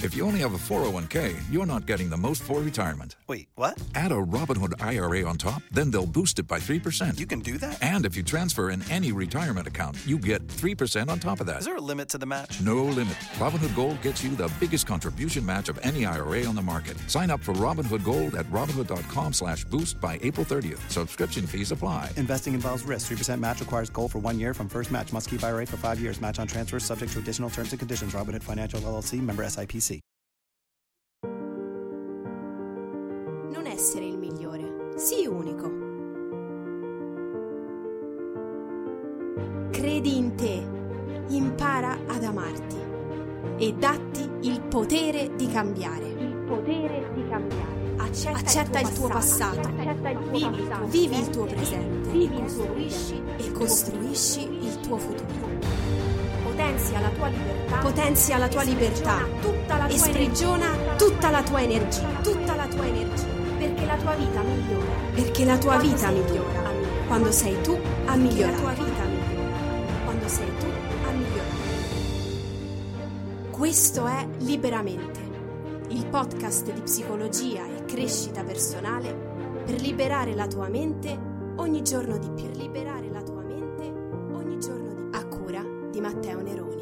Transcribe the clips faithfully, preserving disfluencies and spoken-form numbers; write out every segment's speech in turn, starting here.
If you only have a four oh one k, you're not getting the most for retirement. Wait, what? Add a Robinhood I R A on top, then they'll boost it by three percent. You can do that? And if you transfer in any retirement account, you get three percent on top of that. Is there a limit to the match? No limit. Robinhood Gold gets you the biggest contribution match of any I R A on the market. Sign up for Robinhood Gold at Robinhood.com slash boost by April thirtieth. Subscription fees apply. Investing involves risk. three percent match requires gold for one year from first match. Must keep I R A for five years. Match on transfers subject to additional terms and conditions. Robinhood Financial L L C, member S I P C. Non essere il migliore, sii unico. Credi in te, impara ad amarti e datti il potere di cambiare. Il potere di cambiare. Accetta, Accetta il tuo passato, Accetta il tuo vivi, passato. vivi il tuo presente vivi e costruisci, e costruisci il tuo futuro. Potenzia la tua libertà, Potenzia la tua libertà tutta la tua e sprigiona energia, tutta la tua energia, tutta la tua energia, perché la tua vita migliora, perché la tua vita migliora quando sei tu a migliorare, la tua vita migliora quando sei tu a migliorare. Questo è Liberamente, il podcast di psicologia e crescita personale per liberare la tua mente ogni giorno di più, per liberare la tua mente ogni giorno di più, a cura di Matteo Neroni.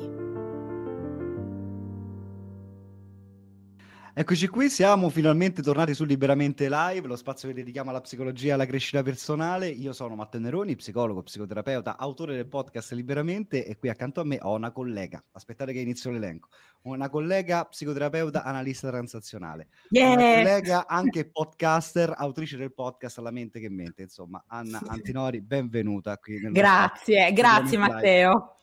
Eccoci qui, siamo finalmente tornati su Liberamente Live, lo spazio che dedichiamo alla psicologia e alla crescita personale. Io sono Matteo Neroni, psicologo, psicoterapeuta, autore del podcast Liberamente, e qui accanto a me ho una collega, aspettate che inizio l'elenco, una collega psicoterapeuta, analista transazionale, yeah. Una collega anche podcaster, autrice del podcast La Mente che Mente, insomma, Anna Antinori, benvenuta qui. Grazie, grazie Matteo.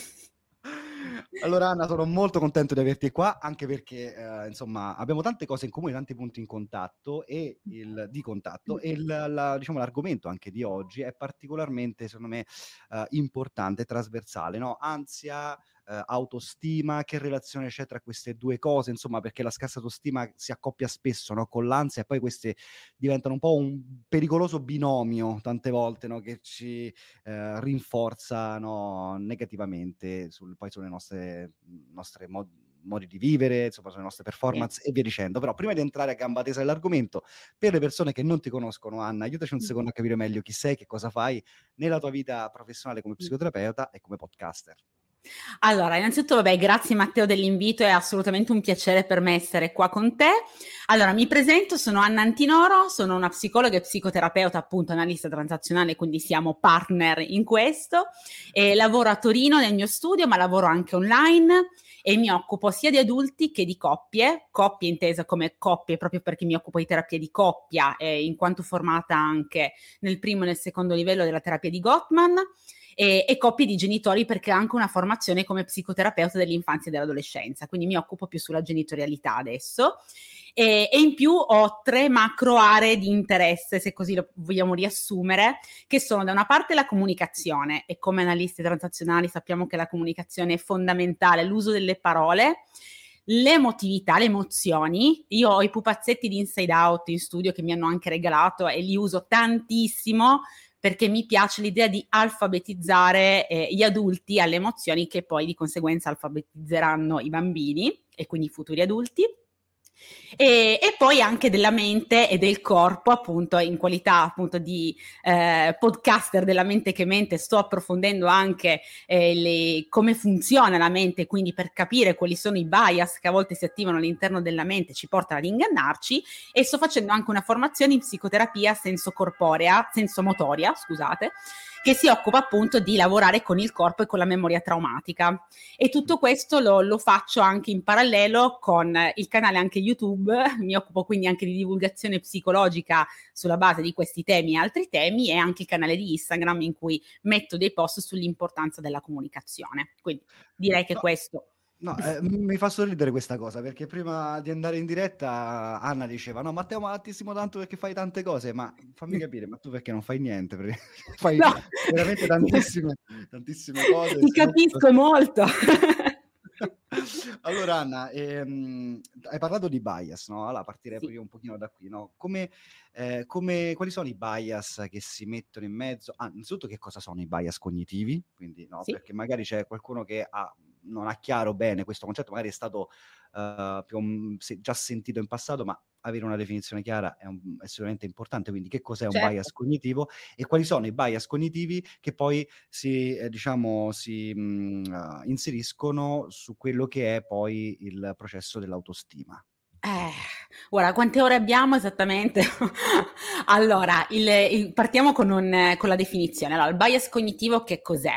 Allora Anna, sono molto contento di averti qua, anche perché eh, insomma abbiamo tante cose in comune, tanti punti in contatto e il, di contatto e il, la, diciamo, l'argomento anche di oggi è particolarmente, secondo me, eh, importante e trasversale, no? Ansia, eh, autostima, che relazione c'è tra queste due cose, insomma, perché la scarsa autostima si accoppia spesso, no, con l'ansia, e poi queste diventano un po' un pericoloso binomio tante volte, no, che ci eh, rinforza, no, negativamente sul, poi sulle nostre nostre mod- modi di vivere, insomma, sulle nostre performance e via dicendo. Però prima di entrare a gamba tesa nell'argomento, per le persone che non ti conoscono, Anna, aiutaci un secondo a capire meglio chi sei, che cosa fai nella tua vita professionale come psicoterapeuta e come podcaster. Allora, innanzitutto, vabbè, grazie Matteo dell'invito, è assolutamente un piacere per me essere qua con te. Allora, mi presento, sono Anna Antinoro, sono una psicologa e psicoterapeuta, appunto analista transazionale, quindi siamo partner in questo, e lavoro a Torino nel mio studio, ma lavoro anche online e mi occupo sia di adulti che di coppie, coppie intesa come coppie proprio perché mi occupo di terapia di coppia, eh, in quanto formata anche nel primo e nel secondo livello della terapia di Gottman, E, e coppie di genitori perché ho anche una formazione come psicoterapeuta dell'infanzia e dell'adolescenza, quindi mi occupo più sulla genitorialità adesso, e, e in più ho tre macro aree di interesse, se così lo vogliamo riassumere, che sono da una parte la comunicazione, e come analisti transazionali sappiamo che la comunicazione è fondamentale, l'uso delle parole, l'emotività, le emozioni. Io ho i pupazzetti di Inside Out in studio che mi hanno anche regalato e li uso tantissimo perché mi piace l'idea di alfabetizzare eh, gli adulti alle emozioni, che poi di conseguenza alfabetizzeranno i bambini e quindi i futuri adulti. E, e poi anche della mente e del corpo, appunto, in qualità appunto di eh, podcaster della Mente che Mente, sto approfondendo anche eh, le, come funziona la mente, quindi per capire quali sono i bias che a volte si attivano all'interno della mente, ci portano ad ingannarci, e sto facendo anche una formazione in psicoterapia sensocorporea, sensomotoria, scusate, che si occupa appunto di lavorare con il corpo e con la memoria traumatica, e tutto questo lo, lo faccio anche in parallelo con il canale anche YouTube. Mi occupo quindi anche di divulgazione psicologica sulla base di questi temi e altri temi, e anche il canale di Instagram in cui metto dei post sull'importanza della comunicazione, quindi direi che no. questo... No, eh, mi fa sorridere questa cosa, perché prima di andare in diretta Anna diceva: no Matteo, ma ti stimo tanto perché fai tante cose, ma fammi capire, ma tu perché non fai niente? Perché fai no. veramente tantissime, tantissime cose. Ti capisco non... molto. Allora Anna, ehm, hai parlato di bias, no? Allora partirei sì. io un pochino da qui, no? Come, eh, come, quali sono i bias che si mettono in mezzo? Ah, innanzitutto, che cosa sono i bias cognitivi? Quindi, no, sì. perché magari c'è qualcuno che ha, non ha chiaro bene questo concetto, magari è stato uh, più um, se, già sentito in passato, ma avere una definizione chiara è, un, è sicuramente importante. Quindi che cos'è un Certo. bias cognitivo e quali sono i bias cognitivi che poi si, eh, diciamo, si mh, uh, inseriscono su quello che è poi il processo dell'autostima. Eh, guarda, quante ore abbiamo esattamente? Allora, il, il- partiamo con, un- con la definizione. Allora, il bias cognitivo che cos'è?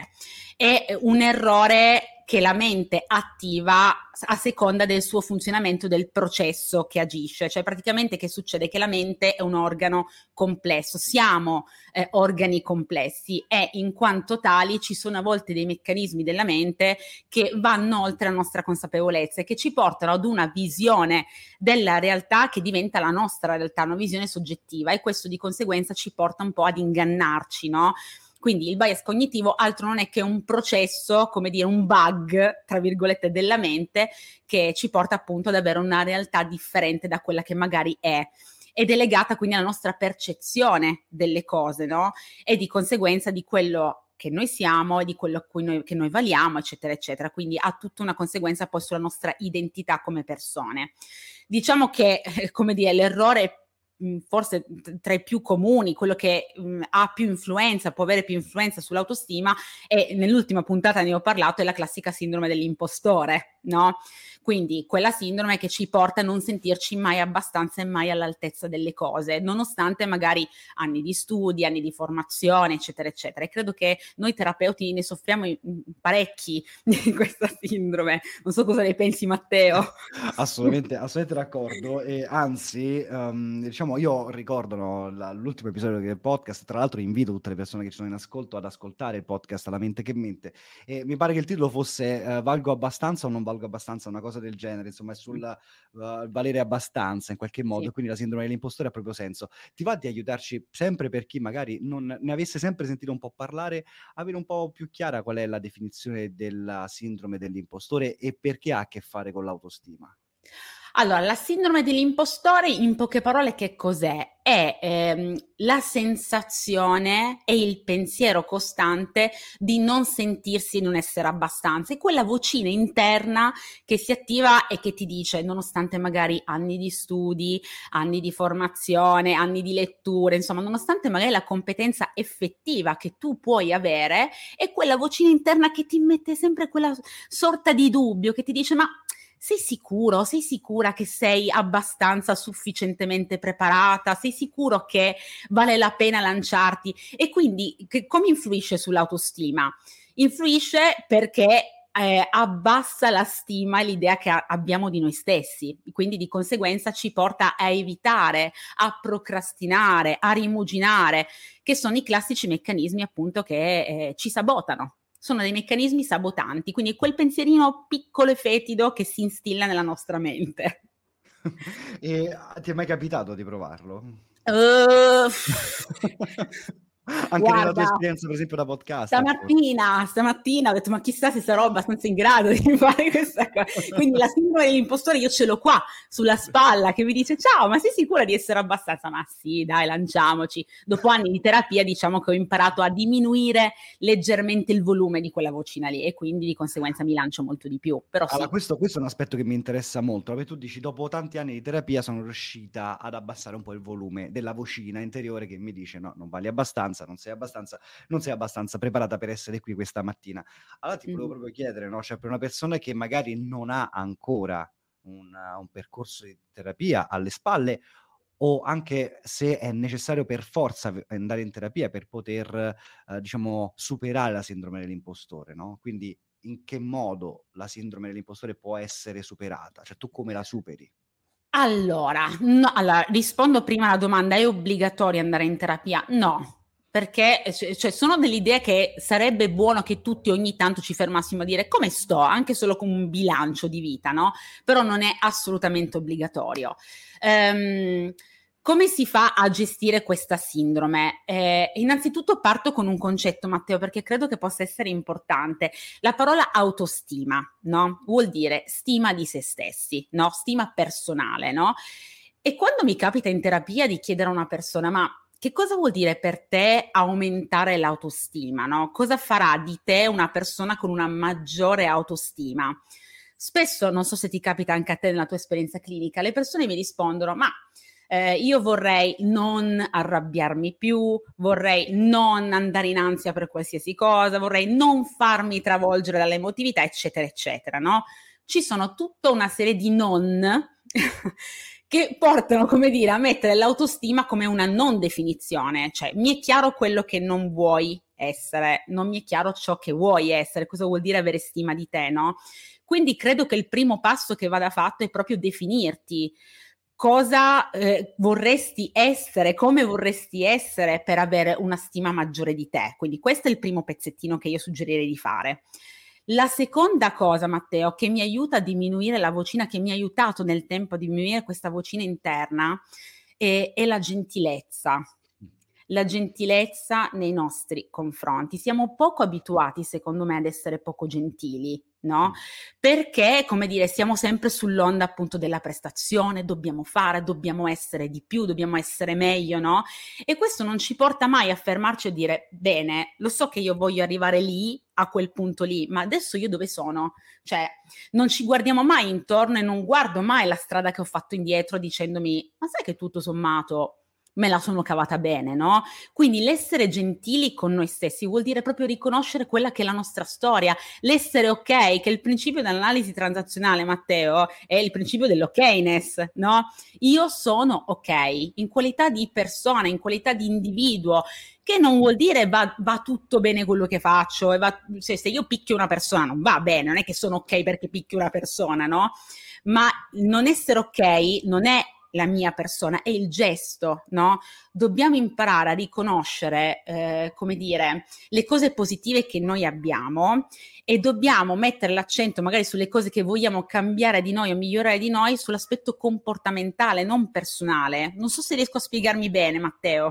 È un errore che la mente attiva a seconda del suo funzionamento del processo che agisce. Cioè, praticamente che succede? Che la mente è un organo complesso, siamo eh, organi complessi e in quanto tali ci sono a volte dei meccanismi della mente che vanno oltre la nostra consapevolezza e che ci portano ad una visione della realtà che diventa la nostra realtà, una visione soggettiva, e questo di conseguenza ci porta un po' ad ingannarci, no? Quindi il bias cognitivo altro non è che un processo, come dire, un bug, tra virgolette, della mente che ci porta appunto ad avere una realtà differente da quella che magari è. Ed è legata quindi alla nostra percezione delle cose, no? E di conseguenza di quello che noi siamo e di quello a cui noi, che noi valiamo, eccetera, eccetera. Quindi ha tutta una conseguenza poi sulla nostra identità come persone. Diciamo che, eh, come dire, l'errore mh, forse t- tra i più comuni, quello che mh, ha più influenza, può avere più influenza sull'autostima, e nell'ultima puntata ne ho parlato, è la classica sindrome dell'impostore, no? Quindi quella sindrome che ci porta a non sentirci mai abbastanza e mai all'altezza delle cose, nonostante magari anni di studi, anni di formazione, eccetera, eccetera. E credo che noi terapeuti ne soffriamo in- in parecchi di questa sindrome. Non so cosa ne pensi, Matteo. Assolutamente, assolutamente d'accordo. E anzi, um, diciamo, io ricordo, no, la- l'ultimo episodio del podcast. Tra l'altro, invito tutte le persone che ci sono in ascolto ad ascoltare il podcast La mente che mente. E mi pare che il titolo fosse uh, Valgo abbastanza o non valgo abbastanza, una cosa del genere. Insomma, è sul uh, valere abbastanza in qualche modo. Sì. E quindi la sindrome dell'impostore ha proprio senso. Ti va di aiutarci sempre, per chi magari non ne avesse sempre sentito un po' parlare, avere un po' più chiara qual è la definizione della sindrome dell'impostore e perché ha a che fare con l'autostima? Allora, la sindrome dell'impostore, in poche parole, che cos'è? È ehm, la sensazione e il pensiero costante di non sentirsi, non essere abbastanza. È quella vocina interna che si attiva e che ti dice, nonostante magari anni di studi, anni di formazione, anni di letture, insomma, nonostante magari la competenza effettiva che tu puoi avere, è quella vocina interna che ti mette sempre quella sorta di dubbio, che ti dice, ma sei sicuro? Sei sicura che sei abbastanza sufficientemente preparata? Sei sicuro che vale la pena lanciarti? E quindi che, come influisce sull'autostima? Influisce perché eh, abbassa la stima e l'idea che a- abbiamo di noi stessi, quindi di conseguenza ci porta a evitare, a procrastinare, a rimuginare, che sono i classici meccanismi appunto che eh, ci sabotano. Sono dei meccanismi sabotanti, quindi è quel pensierino piccolo e fetido che si instilla nella nostra mente. E ah, ti è mai capitato di provarlo? Uh, Anche nella tua guarda, esperienza, per esempio, da podcaster, forse. stamattina, stamattina ho detto, ma chissà se sarò abbastanza in grado di fare questa cosa. Quindi la sindrome dell'impostore io ce l'ho qua, sulla spalla, che mi dice, ciao, ma sei sicura di essere abbastanza? Ma sì, dai, lanciamoci. Dopo anni di terapia, diciamo che ho imparato a diminuire leggermente il volume di quella vocina lì e quindi di conseguenza mi lancio molto di più. Però sì. Allora, questo, questo è un aspetto che mi interessa molto, perché tu dici, dopo tanti anni di terapia sono riuscita ad abbassare un po' il volume della vocina interiore che mi dice, no, non vali abbastanza, non sei abbastanza, non sei abbastanza preparata per essere qui questa mattina. Allora ti volevo Mhm. proprio chiedere, no? Cioè, per una persona che magari non ha ancora un, un percorso di terapia alle spalle, o anche se è necessario per forza v- andare in terapia per poter, eh, diciamo, superare la sindrome dell'impostore, no? Quindi in che modo la sindrome dell'impostore può essere superata? Cioè, tu come la superi? Allora, no, allora, rispondo prima alla domanda, è obbligatorio andare in terapia? No, perché cioè, cioè, sono delle idee che sarebbe buono che tutti ogni tanto ci fermassimo a dire come sto, anche solo con un bilancio di vita, no? Però non è assolutamente obbligatorio. Ehm, come si fa a gestire questa sindrome? Eh, innanzitutto parto con un concetto, Matteo, perché credo che possa essere importante. La parola autostima, no? Vuol dire stima di se stessi, no? Stima personale, no? E quando mi capita in terapia di chiedere a una persona, ma che cosa vuol dire per te aumentare l'autostima, no? Cosa farà di te una persona con una maggiore autostima? spesso, non so se ti capita anche a te nella tua esperienza clinica, le persone mi rispondono, ma eh, io vorrei non arrabbiarmi più, vorrei non andare in ansia per qualsiasi cosa, vorrei non farmi travolgere dall'emotività, eccetera, eccetera, no? Ci sono tutta una serie di non che portano, come dire, a mettere l'autostima come una non definizione, cioè mi è chiaro quello che non vuoi essere, non mi è chiaro ciò che vuoi essere, cosa vuol dire avere stima di te, no? Quindi credo che il primo passo che vada fatto è proprio definirti cosa eh, vorresti essere, come vorresti essere per avere una stima maggiore di te. Quindi questo è il primo pezzettino che io suggerirei di fare. La seconda cosa, Matteo, che mi aiuta a diminuire la vocina, che mi ha aiutato nel tempo a diminuire questa vocina interna, è, è la gentilezza. La gentilezza nei nostri confronti. Siamo poco abituati, secondo me, ad essere poco gentili, no? Perché, come dire, siamo sempre sull'onda appunto della prestazione, dobbiamo fare, dobbiamo essere di più, dobbiamo essere meglio, no? E questo non ci porta mai a fermarci e dire, bene, lo so che io voglio arrivare lì, a quel punto lì, ma adesso io dove sono? Cioè, non ci guardiamo mai intorno e non guardo mai la strada che ho fatto indietro dicendomi, ma sai che tutto sommato me la sono cavata bene, no? Quindi l'essere gentili con noi stessi vuol dire proprio riconoscere quella che è la nostra storia, l'essere ok, che il principio dell'analisi transazionale, Matteo, è il principio dell'okness, no? Io sono ok, in qualità di persona, in qualità di individuo, che non vuol dire va, va tutto bene quello che faccio, e va, se, se io picchio una persona non va bene, non è che sono ok perché picchio una persona, no? Ma non essere ok non è la mia persona, è il gesto, no? Dobbiamo imparare a riconoscere, eh, come dire, le cose positive che noi abbiamo e dobbiamo mettere l'accento magari sulle cose che vogliamo cambiare di noi o migliorare di noi sull'aspetto comportamentale, non personale. Non so se riesco a spiegarmi bene, Matteo.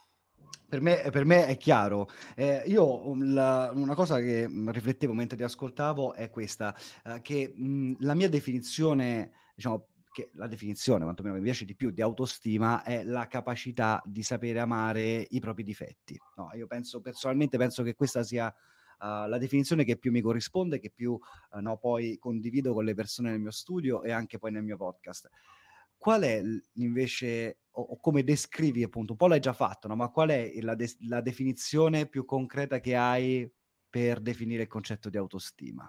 Per me, per me è chiaro. Eh, io la, una cosa che riflettevo mentre ti ascoltavo è questa, eh, che mh, la mia definizione, diciamo, che la definizione, quantomeno mi piace di più, di autostima è la capacità di sapere amare i propri difetti. No, io penso, personalmente penso che questa sia uh, la definizione che più mi corrisponde, che più uh, no, poi condivido con le persone nel mio studio e anche poi nel mio podcast. Qual è invece, o, o come descrivi appunto, un po' l'hai già fatto, no? Ma qual è la, de- la definizione più concreta che hai per definire il concetto di autostima?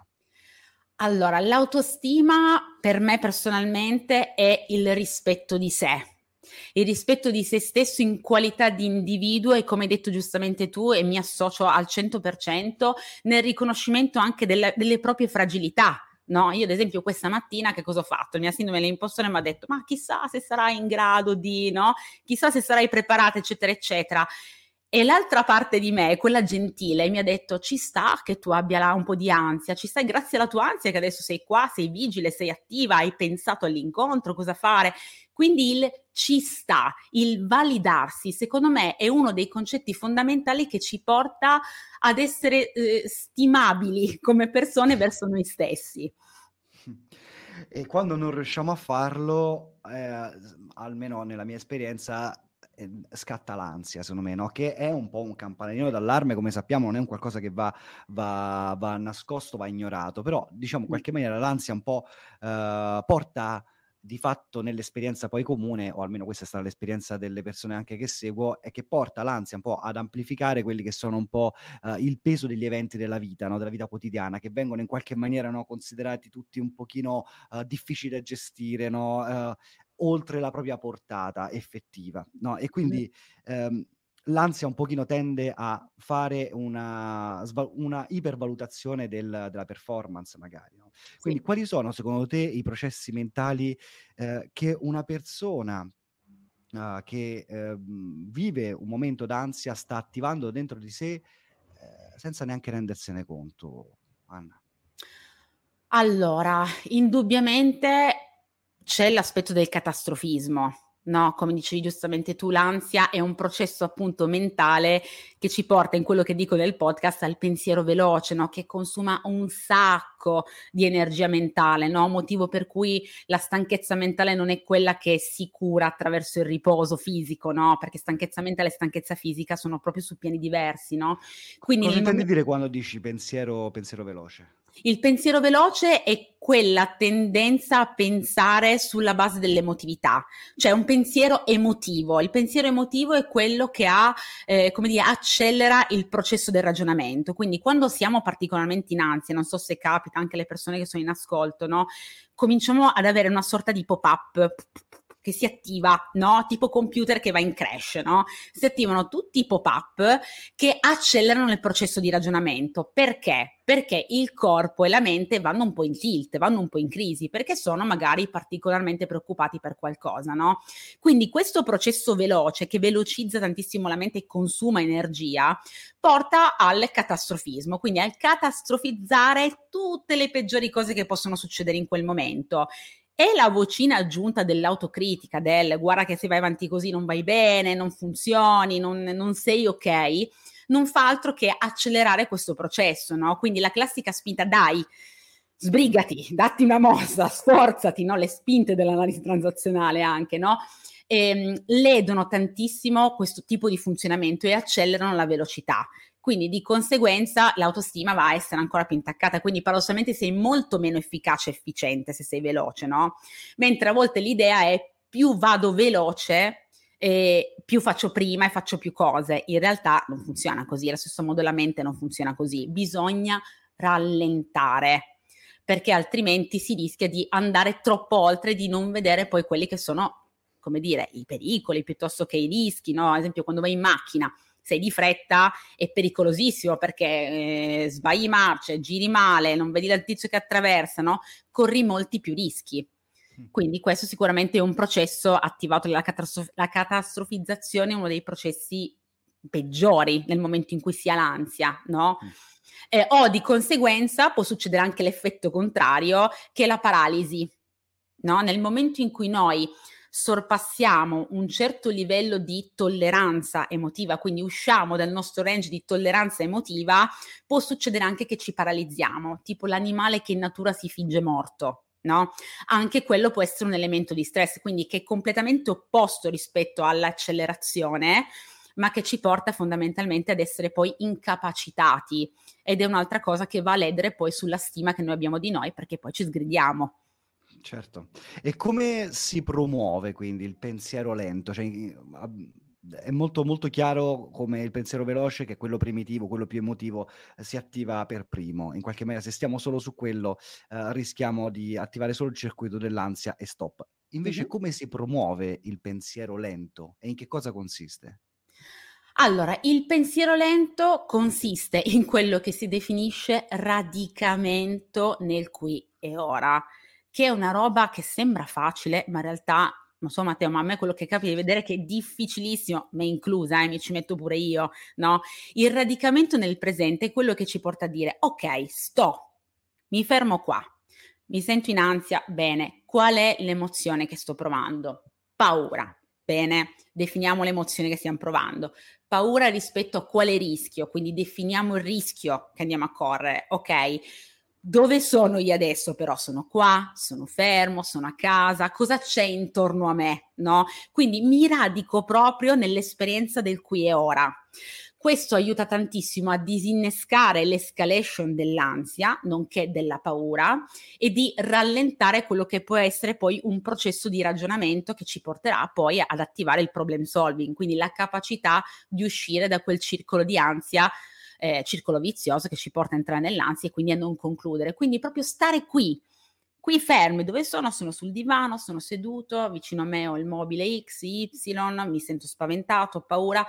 Allora, l'autostima per me personalmente è il rispetto di sé, il rispetto di se stesso in qualità di individuo e, come hai detto giustamente tu, e mi associo al cento per cento, nel riconoscimento anche delle, delle proprie fragilità. No, io ad esempio questa mattina che cosa ho fatto? Il mia sindrome dell'impostore mi ha detto, ma chissà se sarai in grado di, no? Chissà se sarai preparata, eccetera, eccetera. E l'altra parte di me, quella gentile, mi ha detto, ci sta che tu abbia là un po' di ansia, ci sta grazie alla tua ansia che adesso sei qua, sei vigile, sei attiva, hai pensato all'incontro, cosa fare. Quindi il ci sta, il validarsi, secondo me è uno dei concetti fondamentali che ci porta ad essere eh, stimabili come persone verso noi stessi. E quando non riusciamo a farlo, eh, almeno nella mia esperienza, eh, scatta l'ansia, secondo me, no? Che è un po' un campanellino d'allarme, come sappiamo, non è un qualcosa che va, va, va nascosto, va ignorato, però diciamo in qualche maniera l'ansia un po' eh, porta di fatto nell'esperienza poi comune, o almeno questa è stata l'esperienza delle persone anche che seguo, è che porta l'ansia un po' ad amplificare quelli che sono un po' uh, il peso degli eventi della vita, no? Della vita quotidiana, che vengono in qualche maniera, no, considerati tutti un pochino uh, difficili da gestire, no? Uh, oltre la propria portata effettiva, no? E quindi um, l'ansia un pochino tende a fare una, una ipervalutazione del, della performance magari, no? Quindi sì. Quali sono secondo te i processi mentali eh, che una persona uh, che eh, vive un momento d'ansia sta attivando dentro di sé eh, senza neanche rendersene conto, Anna? Allora, indubbiamente c'è l'aspetto del catastrofismo. No, come dicevi giustamente tu, l'ansia è un processo appunto mentale che ci porta, in quello che dico nel podcast, al pensiero veloce, no? Che consuma un sacco di energia mentale, no? Motivo per cui la stanchezza mentale non è quella che si cura attraverso il riposo fisico, no? Perché stanchezza mentale e stanchezza fisica sono proprio su piani diversi, no? Quindi cosa intendi momento... dire quando dici pensiero, pensiero veloce? Il pensiero veloce è quella tendenza a pensare sulla base dell'emotività, cioè un pensiero emotivo. Il pensiero emotivo è quello che ha, eh, come dire, accelera il processo del ragionamento. Quindi quando siamo particolarmente in ansia, non so se capita anche alle persone che sono in ascolto, no? Cominciamo ad avere una sorta di pop-up che si attiva, no? Tipo computer che va in crash, no? Si attivano tutti i pop-up che accelerano il processo di ragionamento. Perché? Perché il corpo e la mente vanno un po' in tilt, vanno un po' in crisi, perché sono magari particolarmente preoccupati per qualcosa, no? Quindi questo processo veloce, che velocizza tantissimo la mente e consuma energia, porta al catastrofismo, quindi al catastrofizzare tutte le peggiori cose che possono succedere in quel momento. E la vocina aggiunta dell'autocritica, del guarda che se vai avanti così non vai bene, non funzioni, non, non sei ok, non fa altro che accelerare questo processo, no? Quindi la classica spinta, dai, sbrigati, datti una mossa, sforzati, no? Le spinte dell'analisi transazionale anche, no? E, ledono tantissimo questo tipo di funzionamento e accelerano la velocità. Quindi di conseguenza l'autostima va a essere ancora più intaccata, quindi paradossalmente sei molto meno efficace e efficiente se sei veloce, no? Mentre a volte l'idea è più vado veloce, eh, più faccio prima e faccio più cose. In realtà non funziona così, allo stesso modo la mente non funziona così. Bisogna rallentare, perché altrimenti si rischia di andare troppo oltre, di non vedere poi quelli che sono, come dire, i pericoli piuttosto che i rischi, no? Ad esempio quando vai in macchina, sei di fretta, è pericolosissimo perché eh, sbagli marce, giri male, non vedi il tizio che attraversa, no? Corri molti più rischi. Quindi questo sicuramente è un processo attivato, la, catastrof- la catastrofizzazione è uno dei processi peggiori nel momento in cui si ha l'ansia, no? Eh, o di conseguenza può succedere anche l'effetto contrario, che è la paralisi, no? Nel momento in cui noi sorpassiamo un certo livello di tolleranza emotiva, quindi usciamo dal nostro range di tolleranza emotiva, può succedere anche che ci paralizziamo, tipo l'animale che in natura si finge morto, no? Anche quello può essere un elemento di stress, quindi che è completamente opposto rispetto all'accelerazione, ma che ci porta fondamentalmente ad essere poi incapacitati, ed è un'altra cosa che va a ledere poi sulla stima che noi abbiamo di noi, perché poi ci sgridiamo. Certo. E come si promuove quindi il pensiero lento? Cioè, è molto molto chiaro come il pensiero veloce, che è quello primitivo, quello più emotivo, si attiva per primo. In qualche maniera, se stiamo solo su quello, eh, rischiamo di attivare solo il circuito dell'ansia e stop. Invece, Mhm. come si promuove il pensiero lento e in che cosa consiste? Allora, il pensiero lento consiste in quello che si definisce radicamento nel qui e ora, che è una roba che sembra facile, ma in realtà, non so Matteo, ma a me quello che capita di vedere è che è difficilissimo, me inclusa, eh, mi ci metto pure io, no? Il radicamento nel presente è quello che ci porta a dire, ok, sto, mi fermo qua, mi sento in ansia, bene, qual è l'emozione che sto provando? Paura, bene, definiamo l'emozione che stiamo provando. Paura rispetto a quale rischio, quindi definiamo il rischio che andiamo a correre, ok? Dove sono io adesso però? Sono qua, sono fermo, sono a casa, cosa c'è intorno a me, no? Quindi mi radico proprio nell'esperienza del qui e ora. Questo aiuta tantissimo a disinnescare l'escalation dell'ansia, nonché della paura, e di rallentare quello che può essere poi un processo di ragionamento che ci porterà poi ad attivare il problem solving, quindi la capacità di uscire da quel circolo di ansia, eh, circolo vizioso che ci porta a entrare nell'ansia e quindi a non concludere. Quindi proprio stare qui, qui fermi, dove sono? Sono sul divano, sono seduto, vicino a me ho il mobile X, Y, mi sento spaventato, ho paura,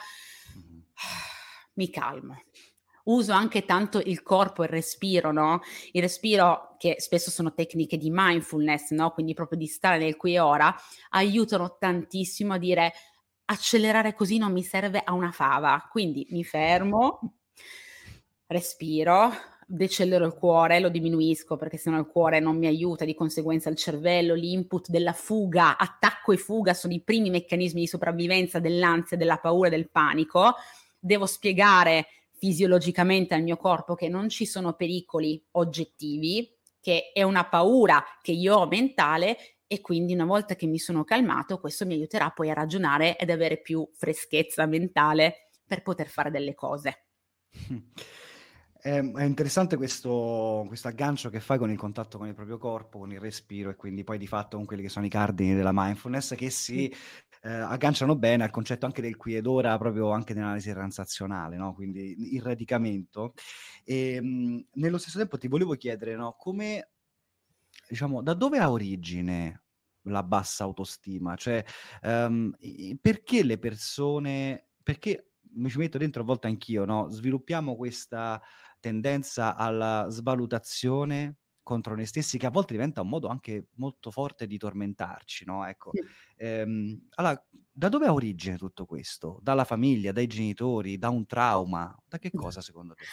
mi calmo. Uso anche tanto il corpo, il respiro, no? Il respiro, che spesso sono tecniche di mindfulness, no? Quindi proprio di stare nel qui e ora, aiutano tantissimo a dire accelerare così non mi serve a una fava. Quindi mi fermo, respiro, decelero il cuore, lo diminuisco perché sennò il cuore non mi aiuta, di conseguenza il cervello, l'input della fuga, attacco e fuga sono i primi meccanismi di sopravvivenza dell'ansia, della paura, del panico. Devo spiegare fisiologicamente al mio corpo che non ci sono pericoli oggettivi, che è una paura che io ho mentale, e quindi una volta che mi sono calmato questo mi aiuterà poi a ragionare ed avere più freschezza mentale per poter fare delle cose. È, è interessante questo, questo aggancio che fai con il contatto con il proprio corpo, con il respiro, e quindi poi di fatto con quelli che sono i cardini della mindfulness, che si eh, agganciano bene al concetto anche del qui ed ora, proprio anche nell'analisi transazionale, no? Quindi il radicamento. E mh, nello stesso tempo ti volevo chiedere, no, come, diciamo, da dove ha origine la bassa autostima? Cioè, ehm, i- perché le persone, perché mi ci metto dentro a volte anch'io, no? Sviluppiamo questa tendenza alla svalutazione contro noi stessi, che a volte diventa un modo anche molto forte di tormentarci, no? Ecco, ehm, allora, da dove ha origine tutto questo? Dalla famiglia, dai genitori, da un trauma? Da che cosa secondo te?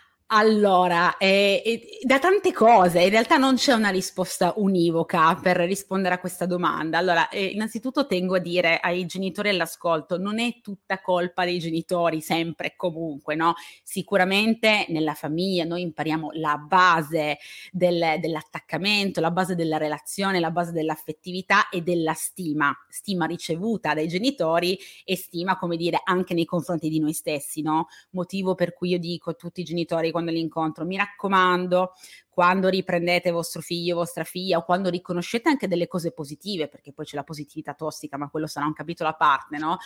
Allora, eh, eh, da tante cose, in realtà non c'è una risposta univoca per rispondere a questa domanda. Allora, eh, innanzitutto tengo a dire ai genitori all'ascolto, non è tutta colpa dei genitori, sempre e comunque, no? Sicuramente nella famiglia noi impariamo la base del, dell'attaccamento, la base della relazione, la base dell'affettività e della stima, stima ricevuta dai genitori e stima, come dire, anche nei confronti di noi stessi, no? Motivo per cui io dico a tutti i genitori quando li incontro, mi raccomando, quando riprendete vostro figlio, vostra figlia, o quando riconoscete anche delle cose positive, perché poi c'è la positività tossica, ma quello sarà un capitolo a parte, no?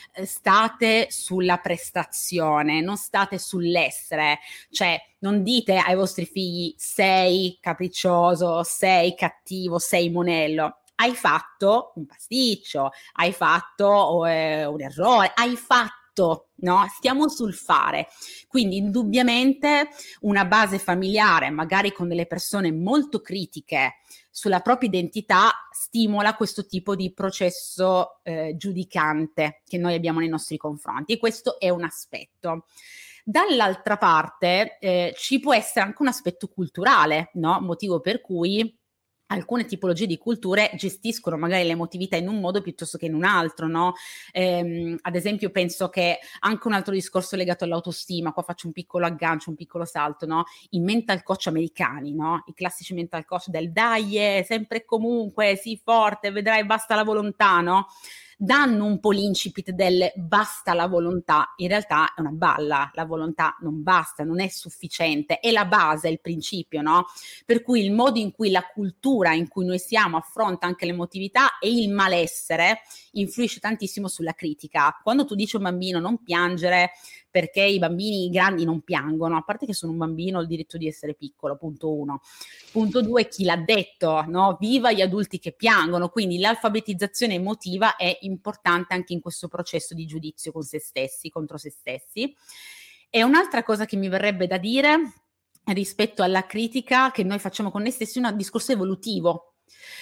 State sulla prestazione, non state sull'essere, cioè non dite ai vostri figli sei capriccioso, sei cattivo, sei monello. Hai fatto un pasticcio, hai fatto eh, un errore, hai fatto, no? Stiamo sul fare. Quindi indubbiamente una base familiare, magari con delle persone molto critiche sulla propria identità, stimola questo tipo di processo eh, giudicante che noi abbiamo nei nostri confronti. E questo è un aspetto. Dall'altra parte eh, ci può essere anche un aspetto culturale, no? Motivo per cui alcune tipologie di culture gestiscono magari l'emotività in un modo piuttosto che in un altro, no? Ehm, ad esempio penso che anche un altro discorso legato all'autostima, qua faccio un piccolo aggancio, un piccolo salto, no? I mental coach americani, no? I classici mental coach del dai, eh, sempre e comunque, sii forte, vedrai, basta la volontà, no? Danno un po' l'incipit del basta la volontà, in realtà è una balla, la volontà non basta, non è sufficiente, è la base, è il principio, no? Per cui il modo in cui la cultura in cui noi siamo affronta anche l'emotività e il malessere influisce tantissimo sulla critica. Quando tu dici a un bambino non piangere, perché i bambini i grandi non piangono, a parte che sono un bambino, ho il diritto di essere piccolo, punto uno. Punto due, chi l'ha detto, no? Viva gli adulti che piangono, quindi l'alfabetizzazione emotiva è importante anche in questo processo di giudizio con se stessi, contro se stessi. E un'altra cosa che mi verrebbe da dire rispetto alla critica che noi facciamo con noi stessi è un discorso evolutivo.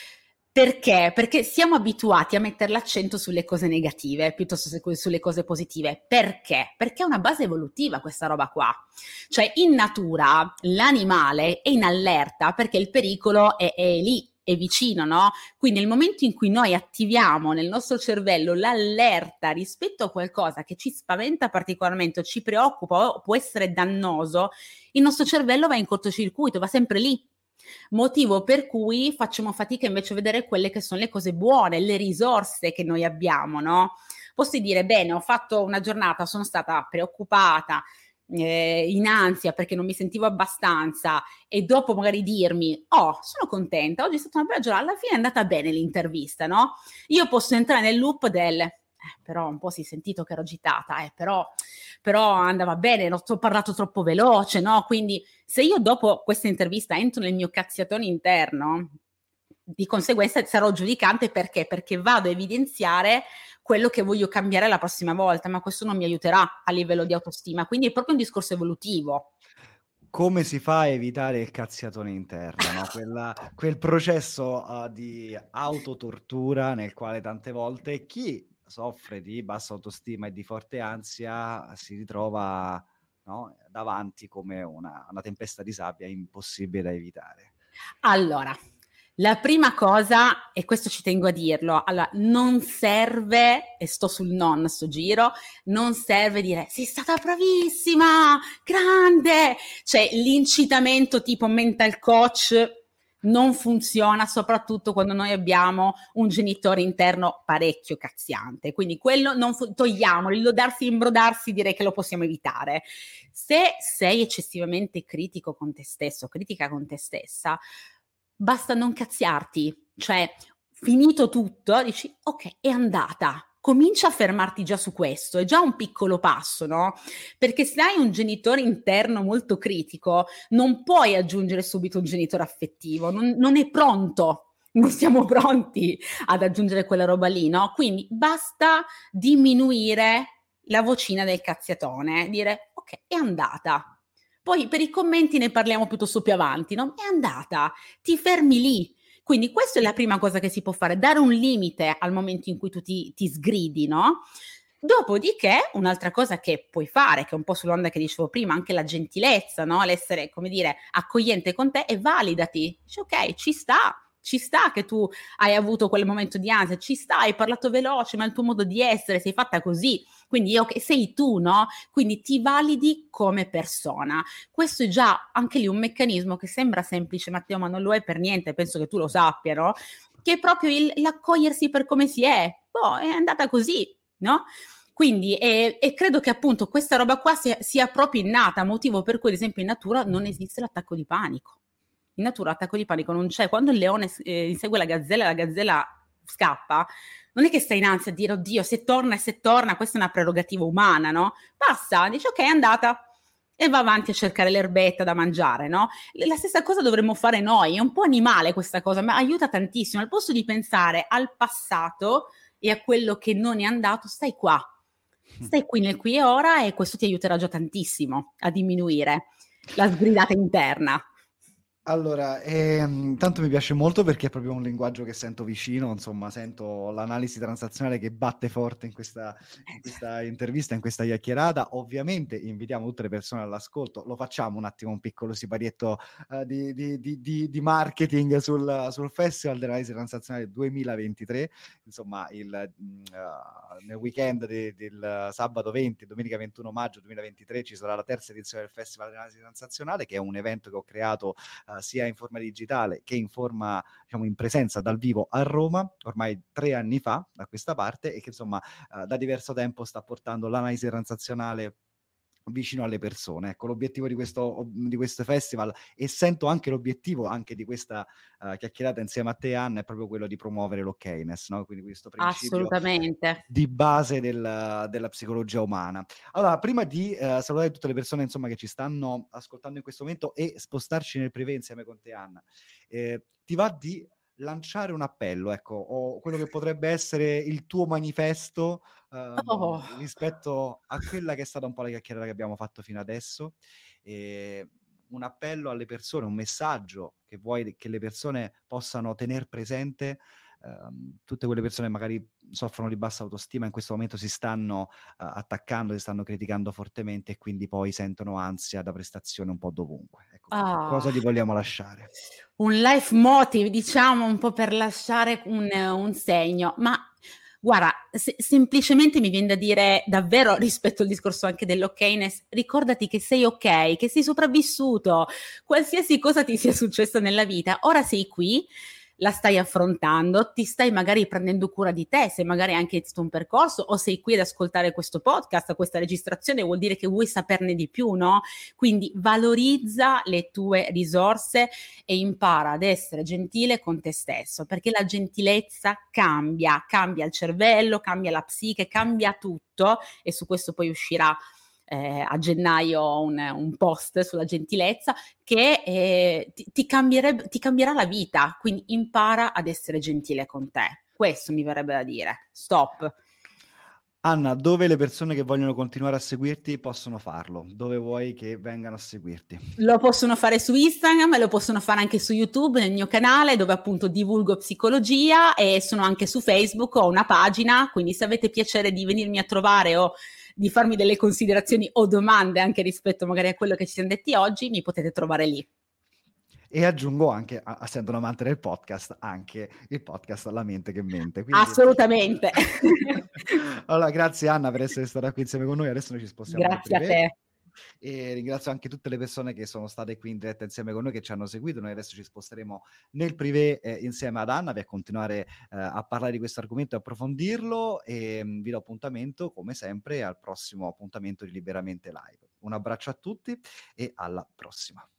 Perché? Perché siamo abituati a mettere l'accento sulle cose negative piuttosto che sulle cose positive. Perché? Perché è una base evolutiva questa roba qua. Cioè in natura l'animale è in allerta perché il pericolo è, è lì, è vicino, no? Quindi nel momento in cui noi attiviamo nel nostro cervello l'allerta rispetto a qualcosa che ci spaventa particolarmente o ci preoccupa o può essere dannoso, il nostro cervello va in cortocircuito, va sempre lì. Motivo per cui facciamo fatica invece a vedere quelle che sono le cose buone, le risorse che noi abbiamo, no? Posso dire, bene, ho fatto una giornata, sono stata preoccupata, eh, in ansia perché non mi sentivo abbastanza e dopo magari dirmi, oh, sono contenta, oggi è stata una bella giornata, alla fine è andata bene l'intervista, no? Io posso entrare nel loop del... Eh, però un po' si è sentito che ero agitata, eh, però, però andava bene, non ho parlato troppo veloce, no? Quindi se io dopo questa intervista entro nel mio cazziatone interno, di conseguenza sarò giudicante perché? Perché vado a evidenziare quello che voglio cambiare la prossima volta, ma questo non mi aiuterà a livello di autostima, quindi è proprio un discorso evolutivo. Come si fa a evitare il cazziatone interno, no? Quella, quel processo uh, di autotortura nel quale tante volte chi soffre di bassa autostima e di forte ansia si ritrova, no, davanti come una, una tempesta di sabbia impossibile da evitare. Allora, la prima cosa, e questo ci tengo a dirlo, allora, non serve, e sto sul non sto giro, non serve dire sei stata bravissima, grande, cioè l'incitamento tipo mental coach non funziona, soprattutto quando noi abbiamo un genitore interno parecchio cazziante, quindi quello non fu- togliamolo, il lodarsi e imbrodarsi direi che lo possiamo evitare. Se sei eccessivamente critico con te stesso, critica con te stessa, basta non cazziarti, cioè finito tutto, dici ok, è andata. Comincia a fermarti già su questo, è già un piccolo passo, no? Perché se hai un genitore interno molto critico, non puoi aggiungere subito un genitore affettivo, non, non è pronto, non siamo pronti ad aggiungere quella roba lì, no? Quindi basta diminuire la vocina del cazziatone, dire ok, è andata. Poi per i commenti ne parliamo piuttosto più avanti, no? È andata, ti fermi lì. Quindi questa è la prima cosa che si può fare, dare un limite al momento in cui tu ti, ti sgridi, no? Dopodiché, un'altra cosa che puoi fare, che è un po' sull'onda che dicevo prima, anche la gentilezza, no? L'essere, come dire, accogliente con te e validati. Dici, ok, ci sta, ci sta che tu hai avuto quel momento di ansia, ci sta, hai parlato veloce, ma è il tuo modo di essere, sei fatta così. Quindi io, sei tu, no? Quindi ti validi come persona. Questo è già anche lì un meccanismo che sembra semplice, Matteo, ma non lo è per niente, penso che tu lo sappia, no? Che è proprio il, l'accogliersi per come si è. Oh, è andata così, no? Quindi, e, e credo che appunto questa roba qua sia, sia proprio innata, motivo per cui ad esempio in natura non esiste l'attacco di panico. In natura l'attacco di panico non c'è. Quando il leone eh, insegue la gazzella, la gazzella scappa, non è che stai in ansia a dire oddio se torna e se torna, questa è una prerogativa umana, no? Passa, dice ok, è andata e va avanti a cercare l'erbetta da mangiare, no? La stessa cosa dovremmo fare noi, è un po' animale questa cosa, ma aiuta tantissimo. Al posto di pensare al passato e a quello che non è andato, stai qua, stai qui nel qui e ora e questo ti aiuterà già tantissimo a diminuire la sgridata interna. Allora, ehm, tanto mi piace molto perché è proprio un linguaggio che sento vicino, insomma, sento l'analisi transazionale che batte forte in questa, in questa intervista, in questa chiacchierata. Ovviamente invitiamo tutte le persone all'ascolto, lo facciamo un attimo, un piccolo siparietto uh, di, di, di, di, di marketing sul, sul Festival dell'Analisi Transazionale duemilaventitré, insomma, il, uh, nel weekend de, del sabato venti, domenica ventuno maggio duemilaventitré ci sarà la terza edizione del Festival dell'Analisi Transazionale, che è un evento che ho creato uh, sia in forma digitale che in forma, diciamo, in presenza dal vivo a Roma, ormai tre anni fa da questa parte, e che insomma uh, da diverso tempo sta portando l'analisi transazionale vicino alle persone. Ecco, l'obiettivo di questo, di questo festival, e sento anche l'obiettivo anche di questa uh, chiacchierata insieme a te, Anna, è proprio quello di promuovere l'okness, no? Quindi questo principio assolutamente di base del, della psicologia umana. Allora, prima di uh, salutare tutte le persone insomma che ci stanno ascoltando in questo momento e spostarci nel privé insieme con te, Anna, eh, ti va di lanciare un appello, ecco, o quello che potrebbe essere il tuo manifesto um, oh. rispetto a quella che è stata un po' la chiacchierata che abbiamo fatto fino adesso, e un appello alle persone, un messaggio che vuoi che le persone possano tener presente. Um, tutte quelle persone magari soffrono di bassa autostima, in questo momento si stanno uh, attaccando, si stanno criticando fortemente e quindi poi sentono ansia da prestazione un po' dovunque. Ecco, Ah. cosa ti vogliamo lasciare? Un life motive, diciamo, un po' per lasciare un, un segno, ma guarda, se, semplicemente mi viene da dire davvero, rispetto al discorso anche dell'okness, ricordati che sei ok, che sei sopravvissuto, qualsiasi cosa ti sia successa nella vita, ora sei qui, la stai affrontando, ti stai magari prendendo cura di te, se magari hai anche iniziato un percorso o sei qui ad ascoltare questo podcast, questa registrazione, vuol dire che vuoi saperne di più, no? Quindi valorizza le tue risorse e impara ad essere gentile con te stesso, perché la gentilezza cambia, cambia il cervello, cambia la psiche, cambia tutto, e su questo poi uscirà Eh, a gennaio un, un post sulla gentilezza che eh, ti, ti, cambierebbe, ti cambierà la vita, quindi impara ad essere gentile con te. Questo mi verrebbe da dire. Stop. Anna, dove le persone che vogliono continuare a seguirti possono farlo? Dove vuoi che vengano a seguirti? Lo possono fare su Instagram e lo possono fare anche su YouTube, nel mio canale, dove appunto divulgo psicologia, e sono anche su Facebook, ho una pagina, quindi se avete piacere di venirmi a trovare o di farmi delle considerazioni o domande anche rispetto magari a quello che ci siamo detti oggi, mi potete trovare lì. E aggiungo anche, essendo un amante del podcast, anche il podcast La Mente che Mente. Quindi... Assolutamente. Allora, grazie Anna per essere stata qui insieme con noi, adesso noi ci spostiamo. Grazie a te. E ringrazio anche tutte le persone che sono state qui in diretta insieme con noi, che ci hanno seguito. Noi adesso ci sposteremo nel privé eh, insieme ad Anna per continuare eh, a parlare di questo argomento e approfondirlo, e mh, vi do appuntamento come sempre al prossimo appuntamento di Liberamente Live. Un abbraccio a tutti e alla prossima.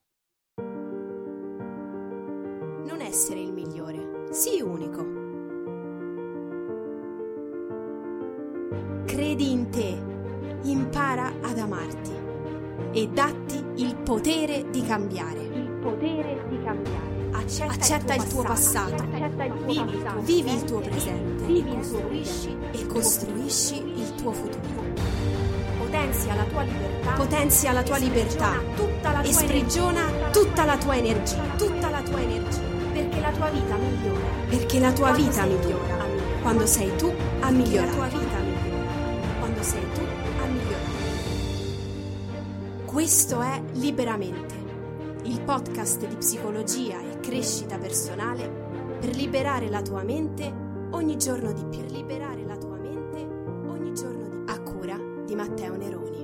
Non essere il migliore, sii unico. Credi in te, impara ad amarti e datti il potere di cambiare. Il potere di cambiare. Accetta, Accetta il tuo passato, passato. Accetta il tuo vivi, passato. vivi il tuo presente, vivi e costruisci, e costruisci il tuo futuro. Potenzia la tua libertà, potenzia la tua libertà tutta la tua e sprigiona energia, tutta la tua energia, tutta la tua energia, perché la tua vita migliora, perché la tua vita migliora quando sei tu a migliorare. La tua vita migliora quando sei tu a migliorare. Questo è Liberamente, il podcast di psicologia e crescita personale per liberare la tua mente ogni giorno di più. Per liberare la tua mente ogni giorno di più. A cura di Matteo Neroni.